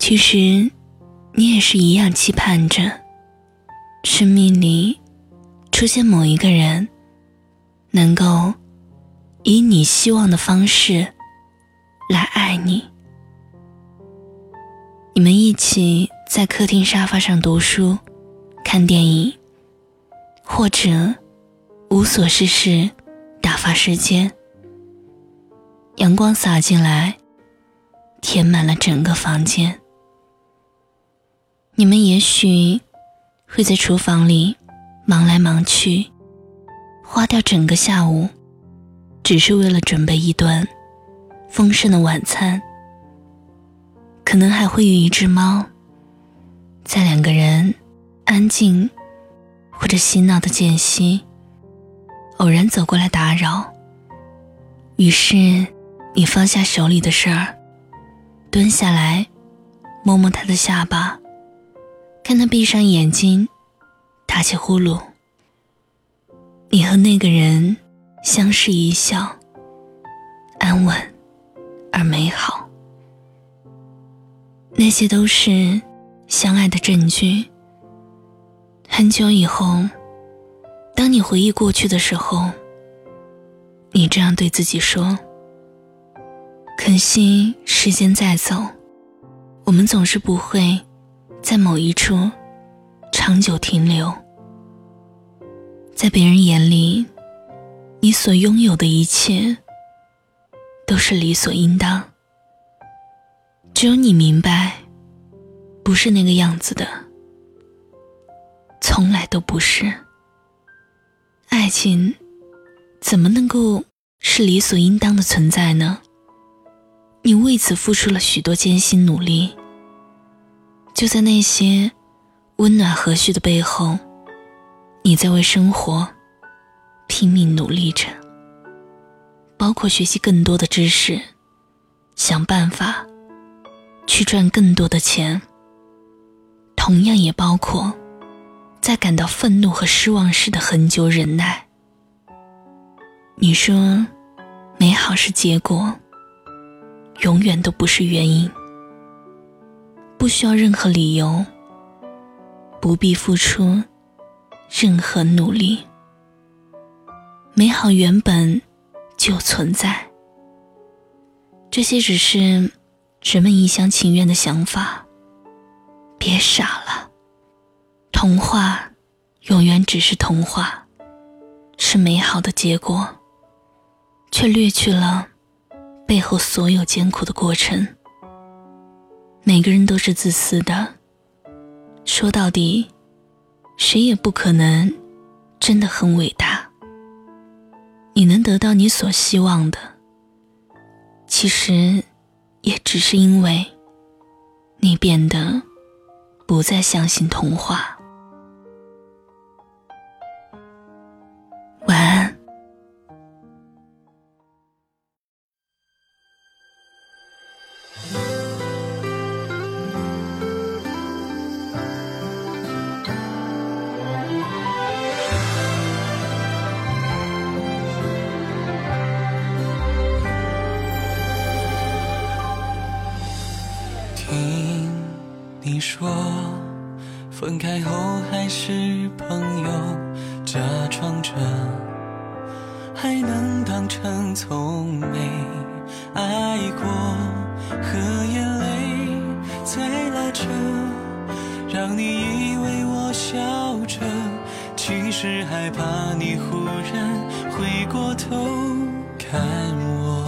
其实你也是一样期盼着生命里出现某一个人，能够以你希望的方式来爱你。你们一起在客厅沙发上读书、看电影，或者无所事事打发时间。阳光洒进来，填满了整个房间。你们也许会在厨房里忙来忙去，花掉整个下午，只是为了准备一顿丰盛的晚餐。可能还会有一只猫，在两个人安静或者嬉闹的间隙，偶然走过来打扰。于是你放下手里的事儿，蹲下来摸摸他的下巴，看他闭上眼睛打起呼噜。你和那个人相视一笑，安稳而美好。那些都是相爱的证据。很久以后，当你回忆过去的时候，你这样对自己说：可惜时间在走，我们总是不会在某一处长久停留。在别人眼里，你所拥有的一切都是理所应当，只有你明白，不是那个样子的，从来都不是。爱情怎么能够是理所应当的存在呢？你为此付出了许多艰辛努力，就在那些温暖和煦的背后，你在为生活拼命努力着，包括学习更多的知识，想办法去赚更多的钱，同样也包括在感到愤怒和失望时的恒久忍耐。你说美好是结果，永远都不是原因，不需要任何理由，不必付出任何努力，美好原本就存在。这些只是人们一厢情愿的想法，别傻了。童话永远只是童话，是美好的结果，却略去了背后所有艰苦的过程。每个人都是自私的，说到底，谁也不可能真的很伟大。你能得到你所希望的，其实也只是因为你变得不再相信童话。晚安。 听你说分开后还是朋友，假装着还能当成从没爱过，和眼泪在拉扯，让你以为我笑着，其实害怕你忽然回过头看我。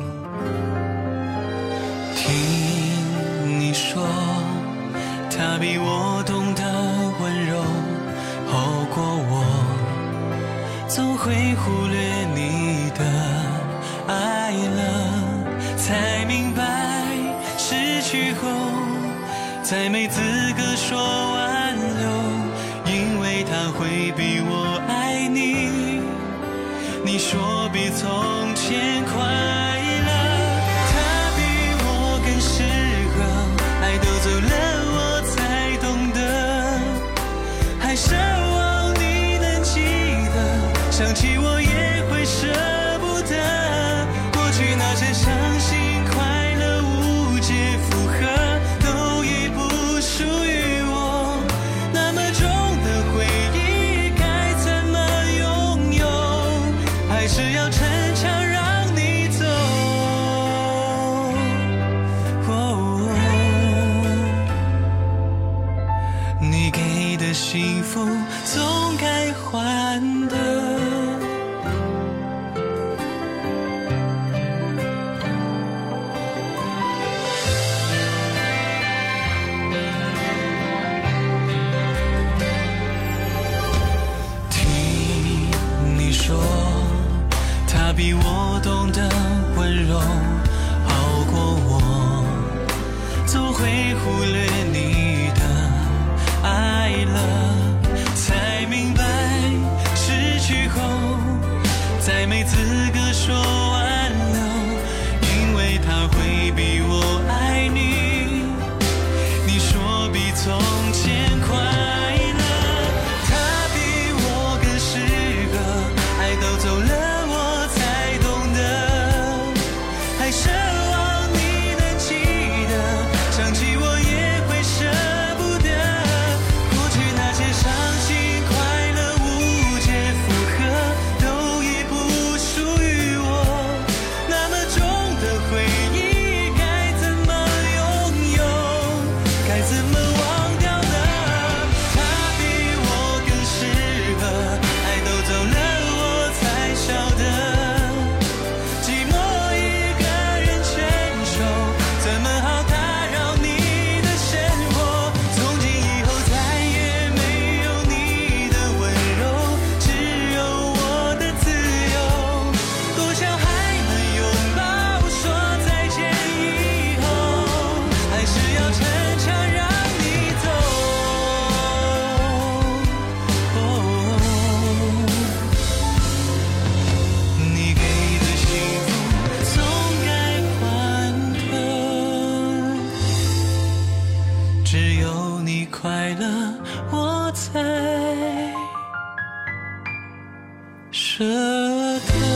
听你说他比我懂得温柔，好过我总会忽略你的爱了，才明白失去后再没资格说挽留，因为他会比我爱你，你说比从前快乐，他比我更适合，爱都走了我才懂得，还奢望你能记得，想起我也会舍不得，过去那些伤心快乐无解负荷，都也是要逞强让你走？你给的幸福总该还的。听你说，他比我懂得温柔，好过我，总会忽略你的爱了，才明白失去后再没资格说挽留，因为他会比我爱你，你说比从前快乐，他比我更适合，爱都走了我才懂得，还奢望你能记得，想起我也会舍不得，过去那些伤心快乐无解负荷都已不属于我，那么重的回忆该怎么拥有，该怎么忘掉呢？他比我更适合，爱都走了我才晓得，寂寞一个人承受，怎么好打扰你的生活，从今以后再也没有你的温柔，只有我的自由，多想还能拥抱说再见以后，还是要逞强让你走。你给的幸福总该还的，只有你快乐我才舍得。